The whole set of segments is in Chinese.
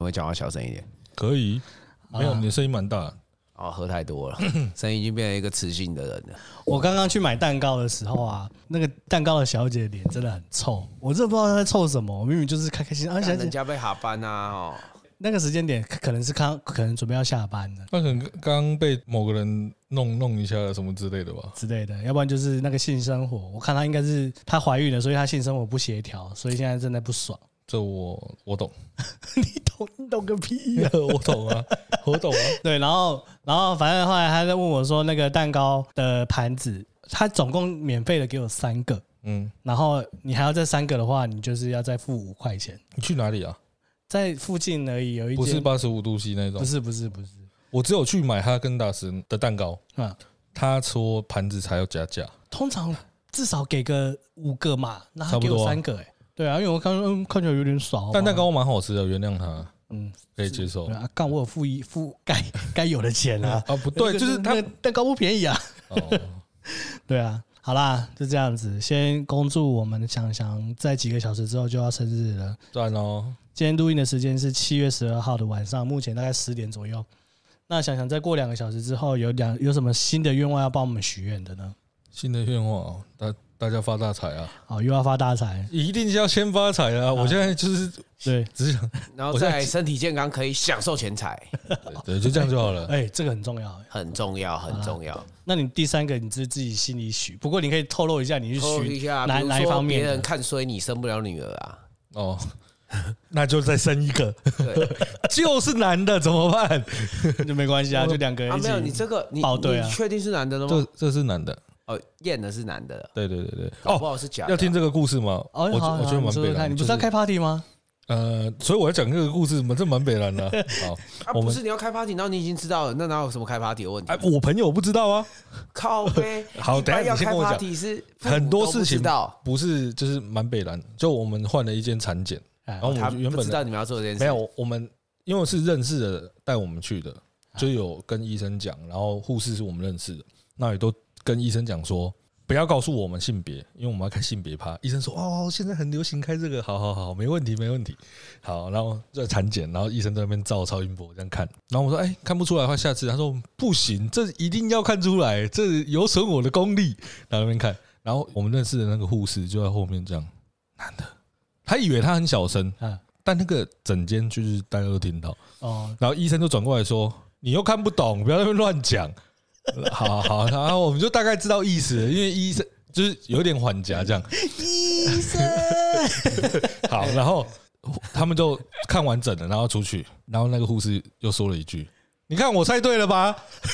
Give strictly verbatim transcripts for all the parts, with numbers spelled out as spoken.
可以讲话小声一点？ 可以，没有，你的声音蛮大。 哦，喝太多了，声音已经变成一个磁性的人了。 我刚刚去买蛋糕的时候啊，那个蛋糕的小姐脸真的很臭，我真的不知道她在臭什么。我明明就是开开心心，啊，小姐人家被下班啊，哦， 那个时间点可能是刚可能准备要下班了， 那可能刚刚被某个人弄弄一下什么之类的吧， 之类的，要不然就是那个性生活，我看她应该是她怀孕了，所以她性生活不协调，所以现在正在不爽。 这我我懂， 你懂你懂个屁啊！ 我懂啊，我懂啊。 对，然后然后反正后来他在问我说，那个蛋糕的盘子，他总共免费的给我三个，嗯，然后你还要这三个的话，你就是要再付五块钱。 你去哪里啊？ 在附近而已，有一间不是八十五度 C 那种， 不是不是不是， 我只有去买哈根达斯的蛋糕， 嗯， 他说盘子才要加价， 通常至少给个五个嘛，那他给我三个、欸，哎、啊，对啊，因为我看嗯看起来有点少， 但蛋糕蛮好吃的，原谅他， 嗯， 可以接受。 啊，干我有付一付该该有的钱啊， 啊不对，就是他蛋糕不便宜啊，哦，对啊。好啦，就这样子。先恭祝我们想想，在几个小时之后就要生日了， 赞哦！ 今天录音的时间是七月十二号的晚上，目前大概十点左右。那想想再过两个小时之后，有两有什么新的愿望要帮我们许愿的呢？ 新的愿望，大大家发大财啊！ 好，又要发大财， 一定是要先发财啊！我现在就是对， 只想， 然后再身体健康，可以享受钱财。 对，就这样就好了。 哎，这个很重要， 很重要，很重要。 那你第三个，你是自己心里许，不过你可以透露一下，你是许哪哪一方面？ 别人看衰你生不了女儿啊？ 哦，那就再生一个，就是男的怎么办？ 就没关系啊，就两个人一起。 没有，你这个你你确定是男的了吗？ 这这是男的。 哦，验的是男的。 对对对对。 哦，不好是假的。 要听这个故事吗？ 哦， 我我觉得蛮北蓝。 你不是要开 party 吗？ 呃，所以我要讲这个故事，这蛮北蓝的。好， 啊，不是你要开 party，然后你已经知道了，那哪有什么开 party 的问题？ 哎，我朋友不知道啊。 靠呗。 好，等一下你先跟我讲。 是很多事情不是就是蛮北蓝，就我们换了一间产检，然后我们原本知道你们要做这件事， 没有，我们因为是认识的带我们去的，就有跟医生讲，然后护士是我们认识的，那也都跟医生讲说。不要告诉我们性别，因为我们要开性别趴。医生说：“哦，现在很流行开这个，好好好，没问题，没问题。”好，然后在产检，然后医生在那边照超音波这样看，然后我说：“哎，看不出来的话，下次。”他说：“不行，这一定要看出来，这有损我的功力。”然后那边看，然后我们认识的那个护士就在后面这样，男的，他以为他很小声，但那个整间就是大家都听到。哦，然后医生就转过来说：“你又看不懂，不要在那边乱讲。”好好，然后我们就大概知道意思了，因为医生就是有点缓夹这样。 医生， 好，然后他们就看完整了，然后出去，然后那个护士又说了一句：“你看我猜对了吧？”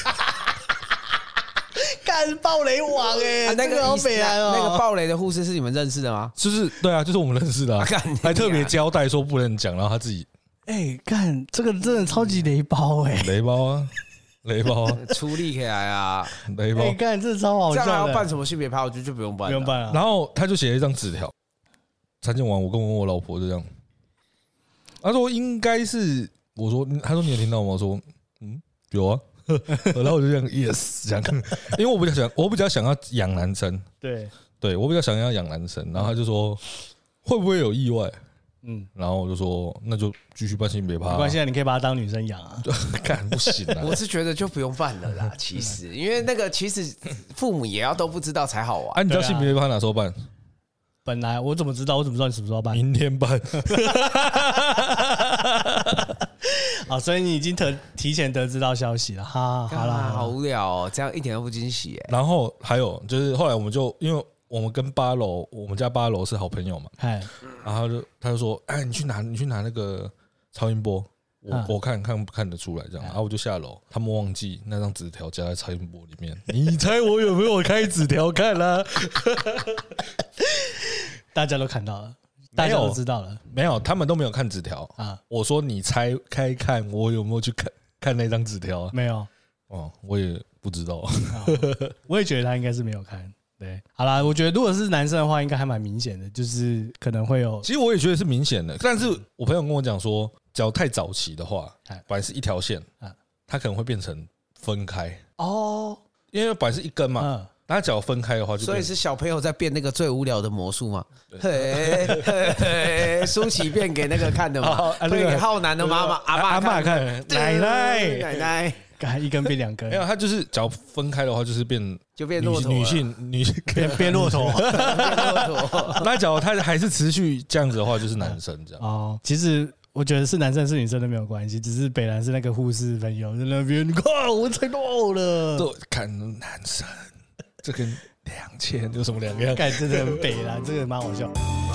干暴雷王哎， 那个好北蓝哦，那个暴雷的护士是你们认识的吗？ 就是对啊，就是我们认识的，还特别交代说不能讲，然后他自己哎，干这个真的超级雷包哎， 雷包啊。雷包啊， 出力起来啊！ 雷包， 你看这超好笑的。 这样要办什么性别趴，我觉得就不用办， 不用办了。 然后他就写了一张纸条，产检完，我跟我我老婆就这样，他说应该是，我说，他说你有听到吗？我说嗯，有啊。然后我就这样 yes 这样，因为我比较想，我比较想要养男生， 对， 对我比较想要养男生。然后他就说会不会有意外？嗯，然后我就说那就继续办性别趴， 没关系，你可以把他当女生养啊。 干不行啊！ 我是觉得就不用办了啦，其实因为那个其实父母也要都不知道才好玩。 啊，你知道性别趴哪时候办？ 本来我怎么知道？我怎么知道你什么时候办？ 明天办。 好，所以你已经得提前得知到消息了，哈，好啦， 好无聊哦，这样一点都不惊喜哎。 然后还有就是后来我们就因为。我们跟八楼，我们家八楼是好朋友嘛，然后他就他就说，哎，你去拿你去拿那个超音波，我我看看看得出来这样，然后我就下楼，他们忘记那张纸条夹在超音波里面，你猜我有没有开纸条看啦、啊？ 大家都看到了，大家都知道了， 没有，他们都没有看纸条啊。我说你猜开看我有没有去看看那张纸条啊？ 没有， 哦，我也不知道， 我也觉得他应该是没有看。对，好啦，我觉得如果是男生的话，应该还蛮明显的，就是可能会有。 其实我也觉得是明显的，但是我朋友跟我讲说，只要太早期的话，本来是一条线，它可能会变成分开哦，因为本来是一根嘛， 那脚分开的话就， 所以是小朋友在变那个最无聊的魔术嘛？嘿，舒淇变给那个看的嘛？变给浩南的妈妈阿阿嬷看，奶奶奶奶， 改一根变两根， 没有，他就是脚分开的话就是变就变骆驼， 女性女性变变骆驼， 那脚他还是持续这样子的话，就是男生这样。 哦，其实。我觉得是男生是女生都没有关系，只是北兰是那个护士朋友在那边，你看我猜到了， 都看男生，这跟两千有什么两样？ 干真的很北兰，这个蛮好笑。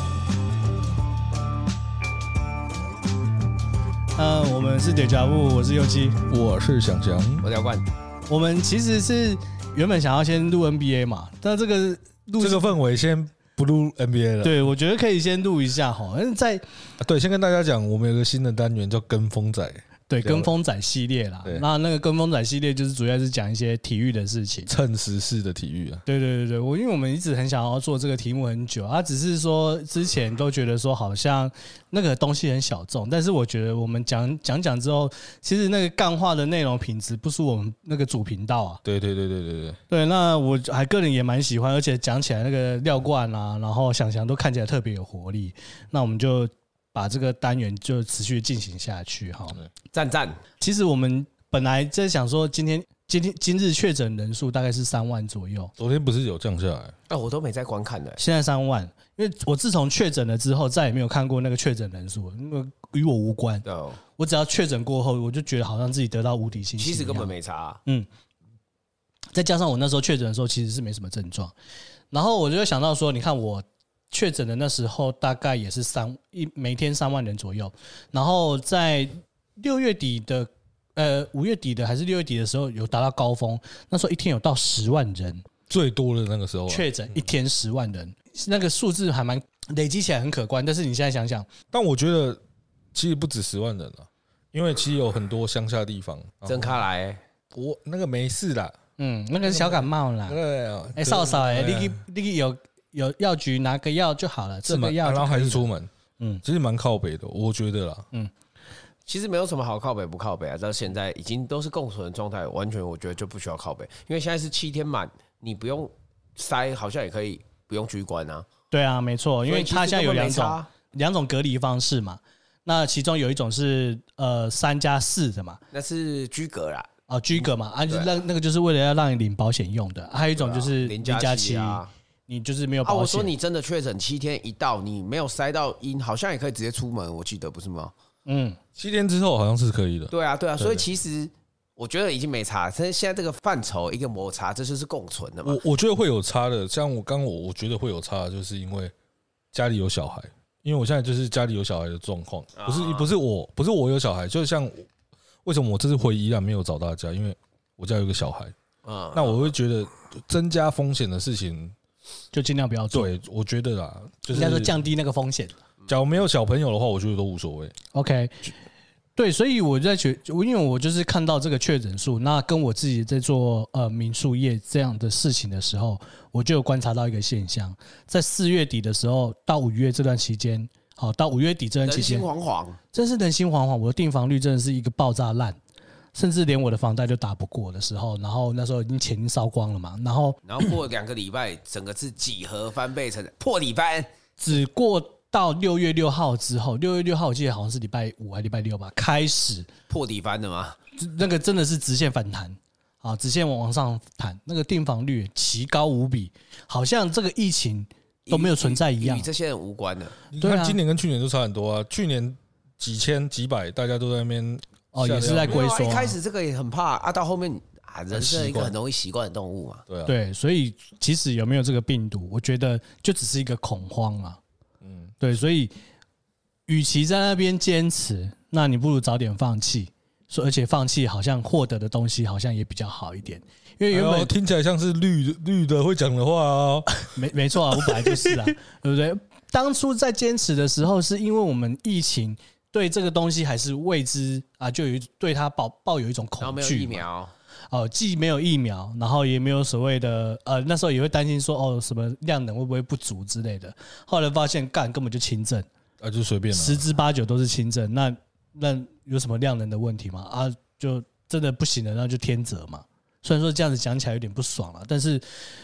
呃，我们是点家务，我是右七， 我是想想， 我是姚冠。 我们其实是原本想要先录 N B A 嘛，但这个录这个氛围先。不录 N B A 了， 对，我觉得可以先录一下哈。在对，先跟大家讲，我们有个新的单元叫跟风仔， 对，跟风仔系列啦。那那个跟风仔系列就是主要是讲一些体育的事情， 蹭时事的体育啊。 对对对对，我因为我们一直很想要做这个题目很久啊，只是说之前都觉得说好像那个东西很小众，但是我觉得我们讲讲讲之后，其实那个干话的内容品质不输我们那个主频道啊。 对对对对对对。 对，那我还个人也蛮喜欢，而且讲起来那个廖冠啊，然后想想都看起来特别有活力，那我们就把这个单元就持续进行下去哈。 赞赞。 其实我们本来在想说，今天今天今日确诊人数大概是三万左右。 昨天不是有降下来？ 啊，我都没在观看的。 现在三万，因为我自从确诊了之后，再也没有看过那个确诊人数，因为与我无关。 哦、 我只要确诊过后，我就觉得好像自己得到无敌星星。 其实根本没差、啊。 嗯。再加上我那时候确诊的时候，其实是没什么症状，然后我就想到说，你看我确诊的那时候，大概也是三一每天三万人左右，然后在六月底的呃五月底的还是六月底的时候有达到高峰，那时候一天有到十万人， 最多的那个时候确诊一天十万人，那个数字还蛮累积起来很可观。但是你现在想想， 但我觉得其实不止十万人了，因为其实有很多乡下地方真开来， 我那个没事啦。 嗯，那个是小感冒啦。 对啊， 哎，少少哎，你去你去有有药局拿个药就好了，吃个药， 然后还是出门。 嗯， 其实蛮靠北的，我觉得啦。 嗯， 其实没有什么好靠北不靠北啊，到现在已经都是共存的状态，完全我觉得就不需要靠北，因为现在是七天满，你不用塞，好像也可以不用居关啊。 对啊，没错，因为它现在有两种两种隔离方式嘛，那其中有一种是呃三加四的嘛， 那是居隔啦。 哦，居隔嘛，啊，就是那那个就是为了要让你领保险用的，还有一种就是零加七啊， 你就是没有保险。 啊，我说你真的确诊七天一到，你没有塞到阴，好像也可以直接出门，我记得不是吗？ 嗯， 七天之后好像是可以的。 对啊，对啊，所以其实我觉得已经没差，但是现在这个范畴一个摩擦，这就是共存的嘛。 我我觉得会有差的，像我刚我我觉得会有差的，就是因为家里有小孩，因为我现在就是家里有小孩的状况，不是不是我不是我有小孩，就像为什么我这次回宜兰没有找大家，因为我家有一个小孩，嗯，那我会觉得增加风险的事情就尽量不要做。 对，我觉得啦，就是应该说降低那个风险。 假如没有小朋友的话，我觉得都无所谓。 OK， 对，所以我在觉，因为我就是看到这个确诊数，那跟我自己在做呃民宿业这样的事情的时候，我就有观察到一个现象，在四月底的时候到五月这段期间，好，到五月底这段期间， 人心惶惶， 真是人心惶惶。我的订房率真的是一个爆炸烂。甚至连我的房贷都打不过的时候，然后那时候已经钱已经烧光了嘛，然后然后过两个礼拜，整个是几何翻倍成破底翻， 只过到六月六号之后，六月六号我记得好像是礼拜五还礼拜六吧，开始破底翻的吗？ 那个真的是直线反弹啊，直线往上弹，那个订房率奇高无比，好像这个疫情都没有存在一样， 与这些人无关的。 你看今年跟去年都差很多啊，去年几千几百，大家都在那边。 哦，也是在龟缩、啊。 一开始这个也很怕啊，到后面啊，人是一个很容易习惯的动物嘛。 对啊， 对，所以其实有没有这个病毒，我觉得就只是一个恐慌啊。嗯，对，所以与其在那边坚持，那你不如早点放弃。说，而且放弃好像获得的东西好像也比较好一点，因为原本、哎、 听起来像是绿绿的会讲的话哦。 没没错啊，我本来就是啊，对不对？当初在坚持的时候，是因为我们疫情。对这个东西还是未知啊，就有对它抱抱有一种恐惧。 然后没有疫苗， 哦，既没有疫苗，然后也没有所谓的呃，那时候也会担心说哦，什么量能会不会不足之类的。后来发现干根本就轻症啊，就随便了， 十之八九都是轻症。那那有什么量能的问题吗？啊，就真的不行了，那就天责嘛。虽然说这样子讲起来有点不爽了，但是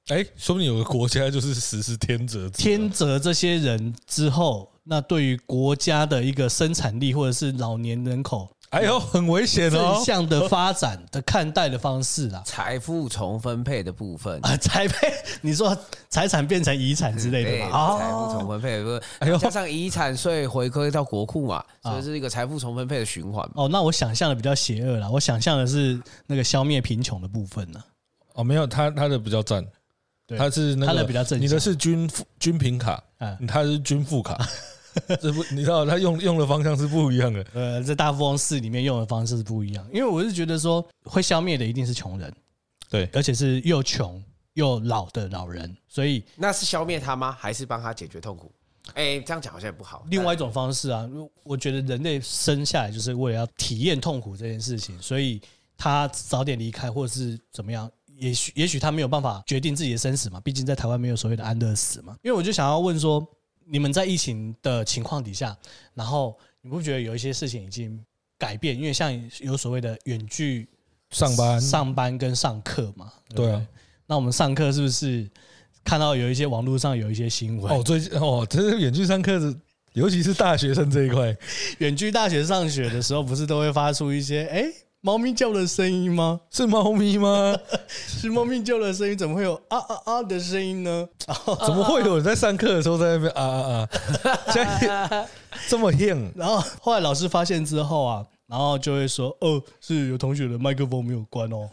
哎、欸，说不定有个国家就是实施天择制， 天择这些人之后，那对于国家的一个生产力或者是老年人口， 哎呦，很危险哦！ 正向的发展的看待的方式啦， 财富重分配的部分啊，财配，你说财产变成遗产之类的嘛？ 财富重分配的部分，哎呦，加上遗产税回馈到国库嘛，所以是一个财富重分配的循环。 哦，那我想象的比较邪恶啦，我想象的是那个消灭贫穷的部分呢。 哦，没有，他他的比较赞，他是那个他的比较正， 你的是军军品卡，嗯，他是军富卡。这不，你知道他用用的方向是不一样的。 呃，在大富翁四里面用的方式是不一样，因为我是觉得说会消灭的一定是穷人， 对， 而且是又穷又老的老人，所以那是消灭他吗？还是帮他解决痛苦？哎、欸，这样讲好像也不好。 另外一种方式啊，我觉得人类生下来就是为了要体验痛苦这件事情，所以他早点离开或者是怎么样。也许也许他没有办法决定自己的生死嘛，毕竟在台湾没有所谓的安乐死嘛。因为我就想要问说，你们在疫情的情况底下，然后你不觉得有一些事情已经改变？因为像有所谓的远距上班、 上班跟上课嘛，对不对？ 对啊。 那我们上课是不是看到有一些网络上有一些新闻？ 哦，最近哦，这是远距上课的，尤其是大学生这一块， 远距大学上学的时候，不是都会发出一些哎。欸猫咪叫的声音吗？ 是猫咪吗？ 是猫咪叫的声音，怎么会有啊啊啊的声音呢？ 怎么会有人在上课的时候在那边啊啊啊？这么硬？ 然后后来老师发现之后啊，然后就会说：“哦，是有同学的麦克风没有关哦。”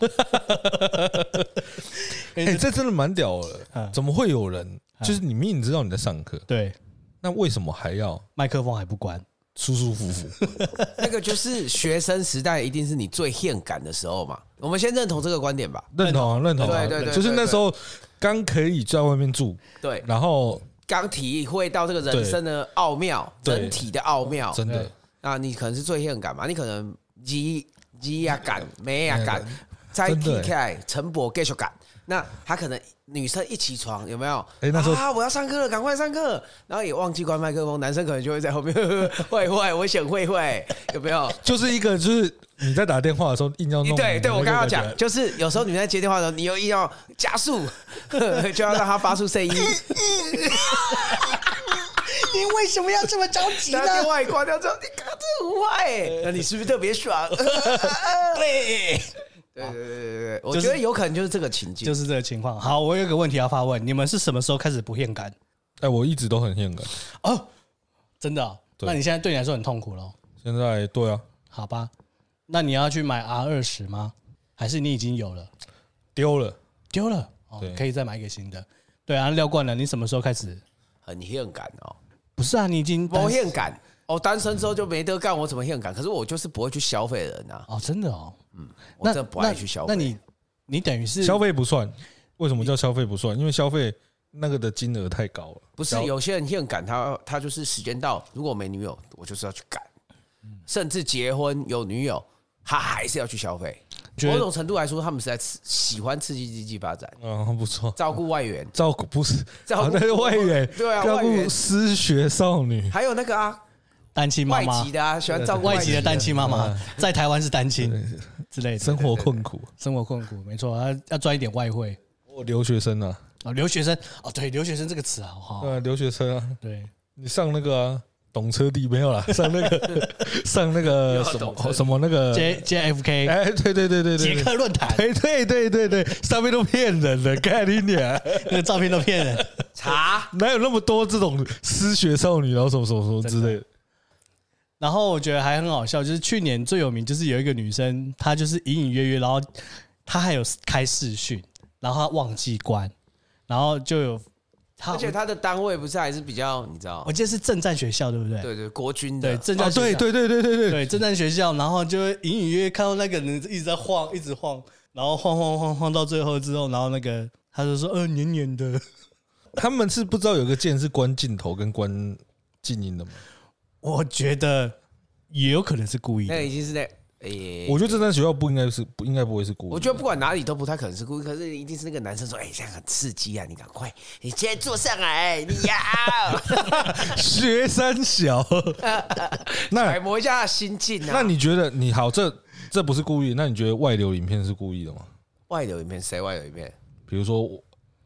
哎、欸，这真的蛮屌的。怎么会有人？就是你明明知道你在上课， 对， 那为什么还要麦克风还不关？ 舒舒服服， 那个就是学生时代，一定是你最性感的时候嘛。我们先认同这个观点吧。 认同啊，认同啊， 对对对， 就是那时候刚可以在外面住， 对， 然后刚体会到这个人生的奥妙，人体的奥妙， 真的。 那你可能是最性感嘛？你可能鸡鸡呀感、美呀感，再提起来陈勃继续感。那他可能女生一起床有没有？哎，那时候啊，我要上课了，赶快上课，然后也忘记关麦克风，男生可能就会在后面会会，我想会会，有没有？ 就是一个就是你在打电话的时候硬要弄， 对对，我刚刚讲，就是有时候你在接电话的时候，你又硬要加速，就要让他发出声音。 你为什么要这么着急呢？ 电话一挂掉之后，你刚刚这很坏，那你是不是特别爽？对。对对对对对，我觉得有可能就是这个情境， 就是这个情况。好，我有个问题要发问，你们是什么时候开始不性感？ 哎，我一直都很性感哦，真的、哦？那你现在对你来说很痛苦了？ 现在对啊， 好吧，那你要去买 R 二十吗？还是你已经有了？ 丢了， 丢了，哦，可以再买一个新的。对啊，廖冠呢？你什么时候开始很性感哦？ 不是啊，你已经不性感。哦，单身之后就没得干，我怎么性感？可是我就是不会去消费的人啊。 哦，真的哦， 嗯，我真的不爱去消费。 那你你等于是消费不算？为什么叫消费不算？因为消费那个的金额太高了。 不是，有些人性感，他他就是时间到，如果我没女友，我就是要去干，甚至结婚有女友，他还是要去消费。某种程度来说，他们是在喜欢刺激经济发展， 嗯，不错， 照顾外援， 照顾不是照顾外援， 对啊， 照顾失学少女， 还有那个啊。 单亲妈妈， 外籍的啊，喜欢照顾外籍的单亲妈妈，在台湾是单亲之类的， 生活困苦， 生活困苦，没错，要要赚一点外汇。 我留学生啊， 哦，留学生，哦，对，留学生这个词好好， 对，留学生啊， 对， 你上那个啊，懂车帝没有啦，上那个上那个什么什么那个 J J F K， 哎，对对对对对， 捷克论坛， 对对对对对，上面都骗人的，干你娘， 那个照片都骗人， 查哪有那么多这种失学少女，然后什么什么什么之类的。 然后我觉得还很好笑，就是去年最有名，就是有一个女生，她就是隐隐约约，然后她还有开视讯，然后她忘记关，然后就有， 而且她的单位不是还是比较，你知道， 我记得是政战学校，对不对？ 对对，国军的， 对政战学校， 对对对对对对对政战学校，然后就隐隐约约看到那个人一直在晃，一直晃，然后晃晃晃晃到最后之后，然后那个他就说，呃，黏黏的。 他们是不知道有个键是关镜头跟关静音的吗？ 我觉得也有可能是故意的， 那已经是那，欸、 我觉得这间学校不应该是不应该不会是故意的。 我觉得不管哪里都不太可能是故意，可是一定是那个男生说：“哎、欸，这样很刺激啊，你赶快，你现在坐上来，你要学三小， 那揣摩一下心境啊。” 那你觉得你好，这这不是故意？那你觉得外流影片是故意的吗？ 外流影片谁外流影片？ 比如说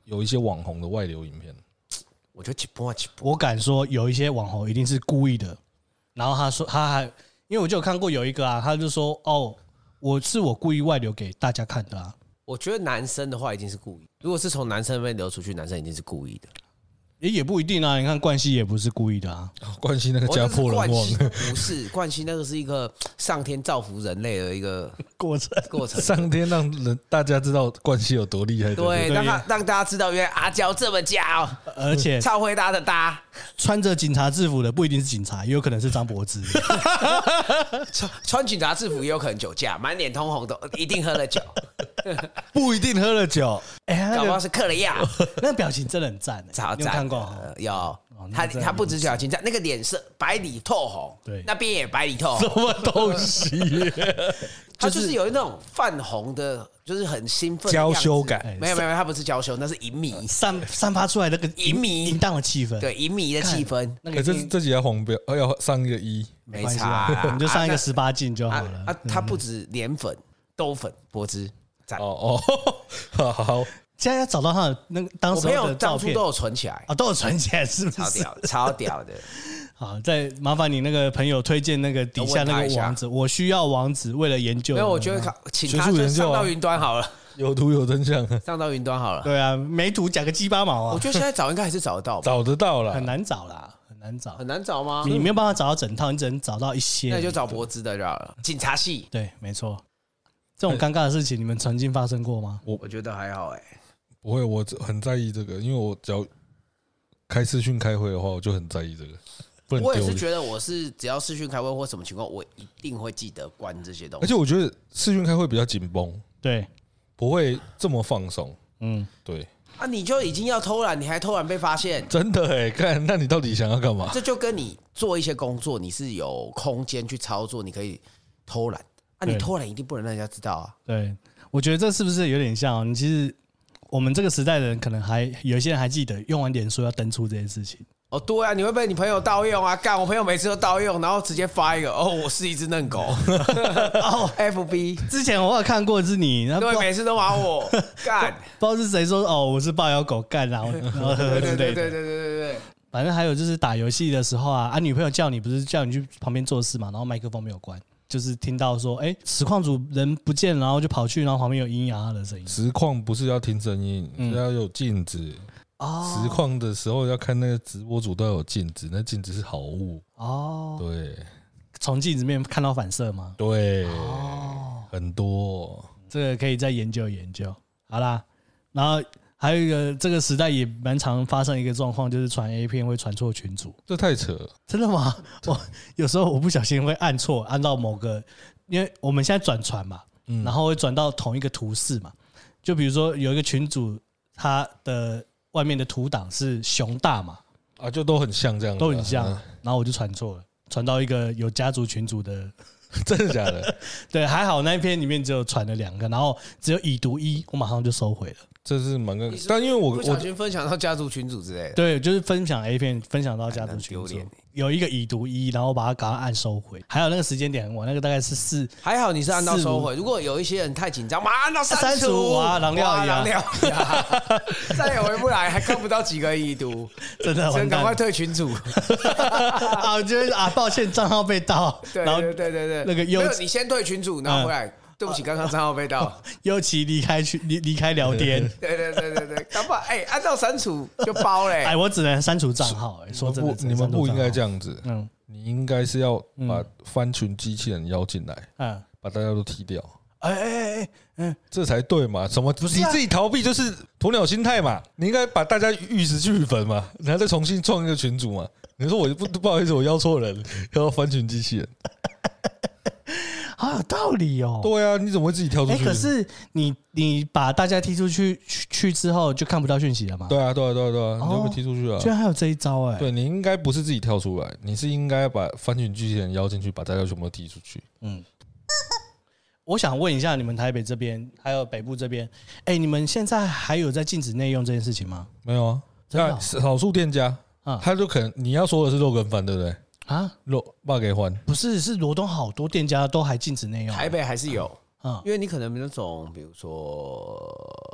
有一些网红的外流影片？ 我觉得一波一波， 我敢说有一些网红一定是故意的。然后他说他还，因为我就有看过有一个啊，他就说哦，我是我故意外流给大家看的啊。 我觉得男生的话一定是故意，如果是从男生那边流出去，男生一定是故意的。 也也不一定啊，你看冠希也不是故意的啊。 冠希那个家破人亡， 不是冠希那个是一个上天造福人类的一个过程过程， 上天让人大家知道冠希有多厉害， 对，让他让大家知道原来阿娇这么娇， 而且超会搭的搭， 穿着警察制服的不一定是警察，也有可能是张柏芝。 穿穿警察制服也有可能酒驾，满脸通红的，一定喝了酒， 不一定喝了酒，哎、欸， 搞不好是嗑了药。 那个表情真的很赞、欸， 超你有看过？ 呃、有，他他不止表情赞，那个脸色白里透红， 对， 那边也白里透红， 什么东西？ 他就是有那种泛红的，就是很兴奋、 娇羞感。 没有没有，他不是娇羞，那是淫靡， 散散发出来那个淫靡淫荡的气氛， 对，淫靡的气氛。 那个这这几要红标，要上一个一， 没差， 你就上一个十八禁就好了。 啊，他不止脸粉、豆粉、柏芝，赞哦哦，好。 现在要找到他的那个当时的照片， 我朋友当初都有存起来啊，都有存起来，是不是？ 超屌，超屌的。 好，再麻烦你那个朋友推荐那个底下那个网址，我需要网址，为了研究。 没有，我觉得请他上到云端好了， 有图有真相， 上到云端好了。 对啊，没图假个鸡巴毛啊！ 我觉得现在找应该还是找得到， 找得到了， 很难找啦，很难找， 很难找吗？ 你没有办法找到整套，你只能找到一些。 那你就找柏芝的就好了。警察系， 对，没错。这种尴尬的事情，你们曾经发生过吗？ 我我觉得还好哎。 不会，我很在意这个，因为我只要开视讯开会的话，我就很在意这个。不能我也是觉得，我是只要视讯开会或什么情况，我一定会记得关这些东西。 而且我觉得视讯开会比较紧绷， 对， 不会这么放松。 嗯， 对。 啊，你就已经要偷懒，你还偷懒被发现， 真的哎，看，那你到底想要干嘛？ 这就跟你做一些工作，你是有空间去操作，你可以偷懒。啊，你偷懒一定不能让人家知道啊。 对，我觉得这是不是有点像？你其实。我们这个时代的人，可能还有一些人还记得用完脸书要登出这件事情。 哦，对啊，你会被你朋友盗用啊！干，我朋友每次都盗用，然后直接发一个哦，我是一只嫩狗。哦 ，F B 之前我有看过是你， 对，每次都骂我干， 不知道是谁说哦，我是爆腰狗干，然后然后之类的。 对对对对对对对。 反正还有就是打游戏的时候啊，啊，女朋友叫你不是叫你去旁边做事嘛，然后麦克风没有关。就是听到说，哎、欸，实况组人不见，然后就跑去，然后旁边有咿咿呀呀的声音。 实况不是要听声音，是、嗯、要有镜子。哦，实况的时候要看那个直播主都有镜子，那镜子是好物。哦，对， 从镜子面看到反射吗？ 对，哦，很多， 这个可以再研究研究。好啦，然后。还有一个，这个时代也蛮常发生一个状况，就是传 A 片会传错群组， 这太扯了。 真的吗？我有时候我不小心会按错，按到某个，因为我们现在转传嘛，嗯、然后会转到同一个图示嘛。就比如说有一个群组，它的外面的图档是熊大嘛， 啊，就都很像这样， 都很像。然后我就传错了，传到一个有家族群组的。 真的假的？ 对，还好那一篇里面只有传了两个，然后只有已读一，我马上就收回了。 这是蛮个，但因为我不小心分享到家族群组之类的， 对，就是分享 A 片，分享到家族群组，有一个已读一，然后把它赶快按收回。还有那个时间点很晚，那个大概是四， 还好你是按到收回。如果有一些人太紧张，马上按到删除， 哇，狼掉狼掉，再也回不来，还看不到几个已读， 真的， 真赶快退群组。 啊，我觉得啊，抱歉，账号被盗。 对对对对对， 那个没有，你先退群组，然后回来。对不起，刚刚账号被盗， 尤其离开去离离开聊天， 对对对对对，干嘛？哎，按照删除就包嘞， 哎，我只能删除账号。哎，说真的， 你们不应该这样子，嗯，你应该是要把翻群机器人邀进来，嗯，把大家都踢掉， 哎哎哎，嗯， 这才对嘛？什么？你自己逃避就是鸵鸟心态嘛？你应该把大家玉石俱焚嘛，然后再重新创一个群组嘛？你说我不不好意思，我邀错人，要翻群机器人。 好有道理哦！ 对啊，你怎么会自己跳出去？ 哎，可是你你把大家踢出去去之后，就看不到讯息了吗？ 对啊，对啊，对啊，对啊，你就被踢出去了。 居然还有这一招哎！ 对，你应该不是自己跳出来，你是应该把翻群机器人邀进去，把大家全部踢出去。嗯， 我想问一下，你们台北这边还有北部这边，哎，你们现在还有在禁止内用这件事情吗？ 没有啊，那少数店家啊，他就可能你要说的是肉羹饭，对不对？啊，肉爸给还不是，是罗东好多店家都还禁止内用， 台北还是有，嗯，因为你可能那种比如说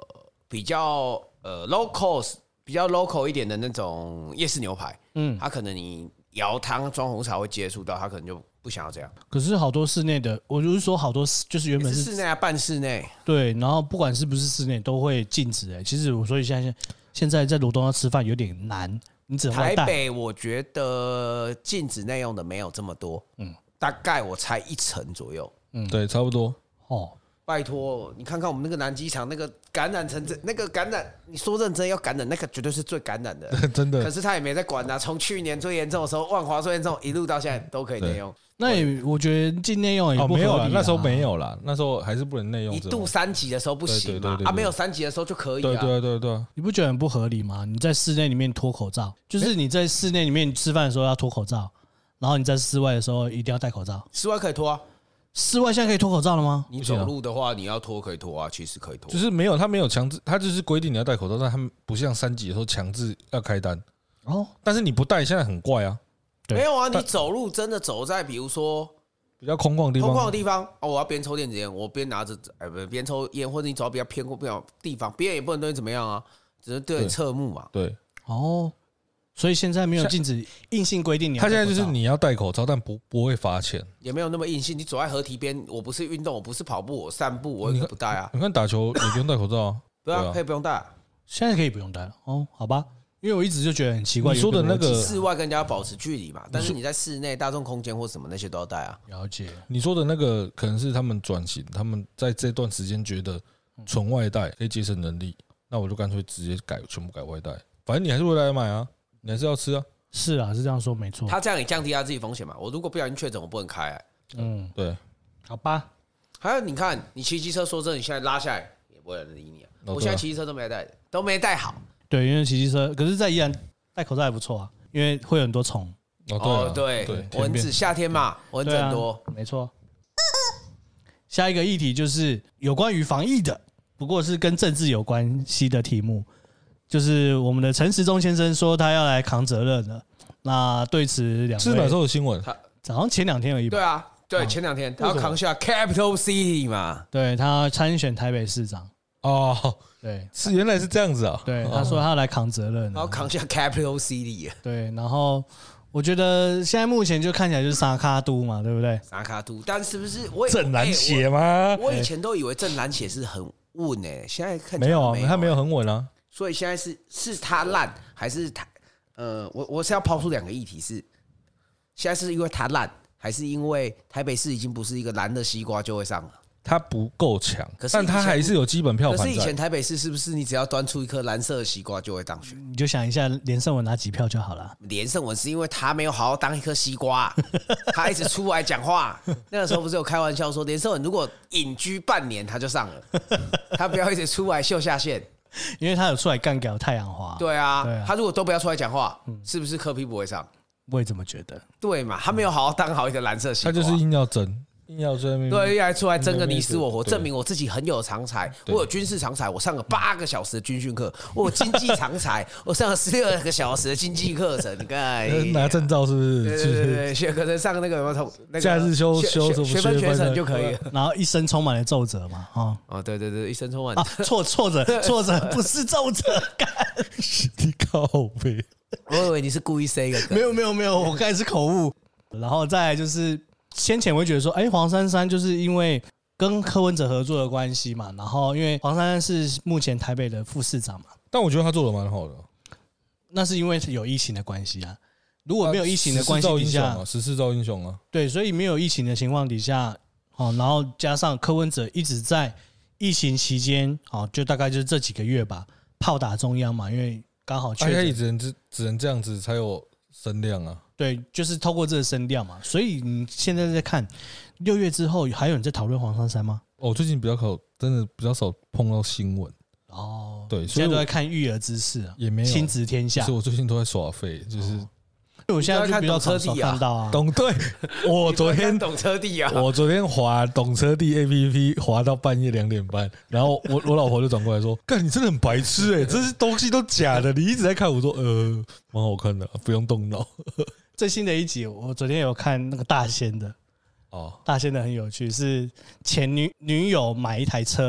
比较呃 local 比较 local 一点的那种夜市牛排，嗯，他可能你摇汤装红茶会接触到，他可能就不想要这样。 可是好多室内的，我就是说好多就是原本是室内啊，半室内， 对，然后不管是不是室内都会禁止。哎，其实我所以现在现在在罗东要吃饭有点难，你只能外带。 台北我觉得禁止内用的没有这么多，嗯，大概我猜一成左右， 嗯，对，差不多。 哦， 拜托，你看看我们那个南机场那个感染成这那个感染，你说认真要感染，那个绝对是最感染的， 真的。 可是他也没在管啊，从去年最严重的时候，万华最严重，一路到现在都可以内用。 那也我觉得禁内用也不合理、啊哦、没有啦，那时候没有啦，那时候还是不能内用。 一度三级的时候不行嘛，对对对对对啊，没有三级的时候就可以啊。 对对对对， 你不觉得很不合理吗？你在室内里面脱口罩，就是你在室内里面吃饭的时候要脱口罩，然后你在室外的时候一定要戴口罩。 室外可以脱啊。 室外现在可以脱口罩了吗？ 你走路的话，你要脱可以脱啊，其实可以脱。 就是没有，他没有强制，他就是规定你要戴口罩，但他们不像三级的时候强制要开单。哦，但是你不戴现在很怪啊。 没有啊，你走路真的走在比如说比较空旷的地方， 空旷的地方哦，我要边抽电子烟，我边拿着哎不边抽烟，或者你走到比较偏僻的地方，别人也不能对你怎么样啊，只能对你侧目嘛。 对， 哦。所以现在没有禁止硬性规定你要戴口罩， 他现在就是你要戴口罩，但不不会罚钱， 也没有那么硬性。你走在河堤边，我不是运动，我不是跑步，我散步，我也不戴啊。 你看打球也不用戴口罩啊， 对啊，可以不用戴、啊。 现在可以不用戴了哦，好吧？因为我一直就觉得很奇怪。 你说的那个室外跟人家要保持距离嘛，但是你在室内大众空间或什么那些都要戴啊。 了解。 你说的那个可能是他们转型，他们在这段时间觉得纯外带可以节省人力，那我就干脆直接改全部改外带，反正你还是会来买啊，你还是要吃啊。 是啊，是这样说没错。 他这样也降低他自己风险嘛。我如果不小心确诊，我不能开、欸。 嗯，对， 好吧。 还有你看，你骑机车，说真的，你现在拉下来也不会有人理你啊。我现在骑机车都没戴，都没戴好。 对，因为骑机车，可是，在宜兰戴口罩也不错啊，因为会有很多虫。 哦， 对对，蚊子，夏天嘛，蚊子很多， 没错。下一个议题就是有关于防疫的，不过是跟政治有关系的题目。就是我们的陈时中先生说他要来扛责任了，那对此两位是哪时候的新闻？ 早上前两天而已吧。 对啊，对，前两天他要扛下 Capital City 嘛， 对他参选台北市长。 哦， 对， 是原来是这样子啊。 对，他说他要来扛责任， 然后扛下 Capital City。 对，然后我觉得现在目前就看起来就是沙卡都嘛，对不对？ 沙卡都，但是不是我正蓝血吗？ 我以前都以为正蓝血是很稳诶，现在看起来没有啊，他没有很稳啊。 所以现在是是他烂还是他？呃，我我是要抛出两个议题是：现在是因为他烂，还是因为台北市已经不是一个蓝的西瓜就会上了？ 他不够强，但他还是有基本票盘在。 可是以前台北市是不是你只要端出一颗蓝色的西瓜就会当选？ 你就想一下，连胜文拿几票就好了。 连胜文是因为他没有好好当一颗西瓜，他一直出来讲话。那个时候不是有开玩笑说，连胜文如果隐居半年他就上了，他不要一直出来秀下限。 因为他有出来干掉太阳花。 对啊，对啊，他如果都不要出来讲话，嗯、是不是柯 P 不会上？ 我也这么觉得。 对嘛，他没有好好当好一个蓝色西瓜， 他就是硬要争。硬要争， 对，要出来争个你死我活，证明我自己很有长才。我有军事长才，我上了八个小时的军训课；我有经济长才，我上了十六个小时的经济课程。你看， 拿证照是不是？ 对对对，学可能上那个有没有同那个假日修修什么学分学程就可以了。 然后一生充满了皱褶嘛，啊哦，对对对，一生充满挫挫折挫折不是皱褶，干你靠背。 我以为你是故意塞一个， 没有没有没有，我刚才是口误。然后再来就是。先前我会觉得说，哎、欸，黄珊珊就是因为跟柯文哲合作的关系嘛，然后因为黄珊珊是目前台北的副市长嘛， 但我觉得他做的蛮好的。 那是因为有疫情的关系啊，如果没有疫情的关系底下， 时势造英雄啊， 对，所以没有疫情的情况底下，哦，然后加上柯文哲一直在疫情期间，哦，就大概就是这几个月吧，炮打中央嘛，因为刚好确诊， 他也只能只只能这样子才有声量啊。 对，就是透过这个声量嘛，所以你现在在看六月之后，还有人在讨论黄珊珊吗？ 我、哦、最近比较少，真的比较少碰到新闻哦。 对， 现在都在看育儿知识啊， 也没有亲子天下。 所以我最近都在耍废，就是。哦我现在就比较少看到啊， 懂对，我昨天懂车帝啊， 我昨天滑懂车帝 A P P 滑到半夜两点半，然后我我老婆就转过来说：“干，你真的很白痴哎、欸，这些东西都假的，你一直在看。”我说：“呃，蛮好看的，不用动脑。” 最新的一集，我昨天有看那个大仙的哦，大仙的很有趣，是前女女友买一台车，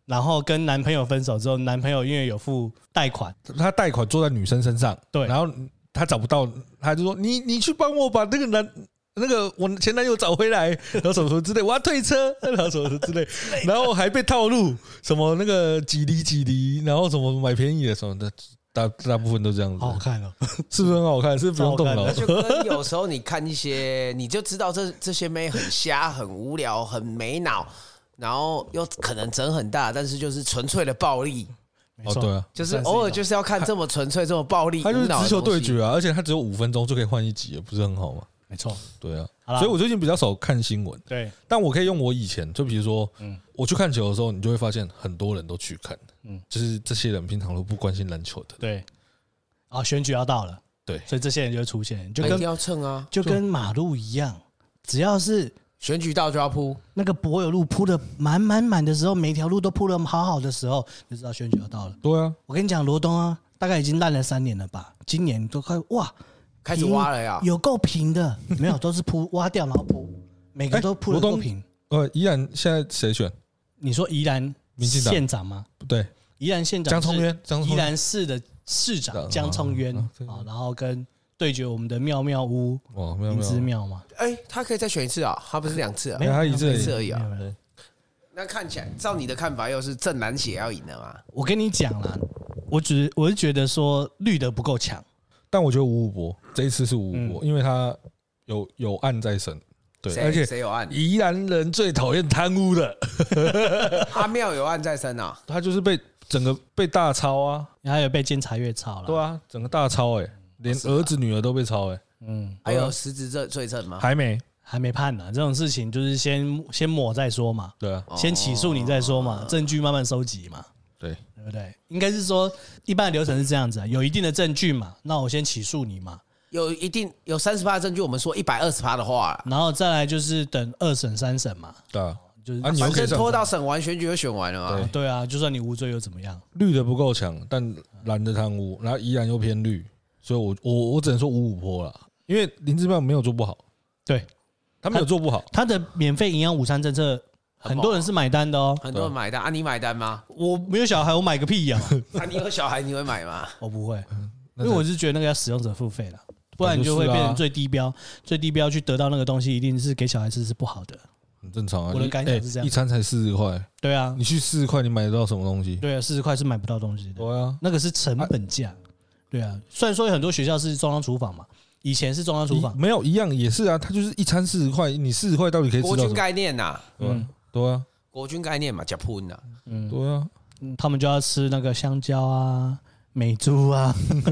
然后跟男朋友分手之后，男朋友因为有付贷款， 他贷款坐在女生身上， 对， 然后他找不到，他就说你你去帮我把那个男那个我前男友找回来，然后什么什么之类，我要退车，然后什么什么之类，然后还被套路什么那个几厘几厘，然后什么买便宜的什么的。大大部分都这样子， 好好看哦， 是不是很好看？是不是不用动脑？ 就跟有时候你看一些，你就知道这这些妹很瞎、很无聊、很没脑，然后又可能整很大，但是就是纯粹的暴力。 哦，对啊， 就是偶尔就是要看这么纯粹、这么暴力、 他就是直球对决啊，而且他只有五分钟就可以换一集，不是很好吗？ 没错， 对啊，所以我最近比较少看新闻。 对， 但我可以用我以前，就比如说，嗯，我去看球的时候，你就会发现很多人都去看，嗯，就是这些人平常都不关心篮球的。 对，啊，选举要到了， 对， 所以这些人就会出现，就跟要蹭啊， 就跟马路一样，只要是选举到就要铺， 那个柏油路铺的满满满的时候，每条路都铺的好好的时候，就知道选举要到了。 对啊， 我跟你讲，罗东啊，大概已经烂了三年了吧，今年都快哇。 开始挖了呀， 有够平的，没有都是铺挖掉然后铺，每个都铺得够平。 呃，宜兰现在谁选？ 你说宜兰县长吗？ 不对， 宜兰县长江聪渊， 宜兰市的市长江聪渊啊，然后跟对决我们的妙妙屋哦， 林之妙嘛。 哎，他可以再选一次啊，他不是两次啊， 没有他一次而已啊。那看起来，照你的看法，又是正蓝血要赢的嘛？ 我跟你讲啦，我只我是觉得说绿的不够强。 但我觉得吴武博这一次是吴武博，因为他有有案在身，对，而且谁有案？ 宜兰人最讨厌贪污的， 阿妙有案在身啊， 他就是被整个被大抄啊， 还有被监察院抄了， 对啊，整个大抄哎，连儿子女儿都被抄哎， 嗯，还有实质罪罪证吗？ 还没， 还没判呢，这种事情就是先先抹再说嘛， 对啊， 先起诉你再说嘛，证据慢慢收集嘛。 对， 对不对？应该是说，一般的流程是这样子啊，有一定的证据嘛，那我先起诉你嘛。 有一定有三十趴的证据，我们说一百二十趴的话， 然后再来就是等二审、三审嘛。 对啊， 就是啊， 反正拖到审完选举就选完了嘛。 对, 对啊，就算你无罪又怎么样？ 绿的不够强，但蓝的贪污，然后依然又偏绿，所以我我我只能说五五坡了，因为林智妙没有做不好， 对他没有做不好， 他的免费营养午餐政策。很多人是买单的哦， 很多人买单啊！你买单吗？ 我没有小孩，我买个屁呀！ 啊，你有小孩你会买吗？ 我不会，因为我是觉得那个要使用者付费了，不然你就会变成最低标，最低标去得到那个东西，一定是给小孩吃是不好的， 很正常啊。 我的感想是这样， 一餐才四十块， 对啊， 你去四十块，你买得到什么东西？ 对啊，四十块是买不到东西的， 对啊， 那个是成本价，对啊。虽然说有很多学校是中央厨房嘛，以前是中央厨房， 没有一样也是啊，它就是一餐四十块，你四十块到底可以吃到什么？ 国军概念呐， 嗯，对啊。 国军概念嘛，叫喷呐， 嗯，对啊， 他们就要吃那个香蕉啊、美猪啊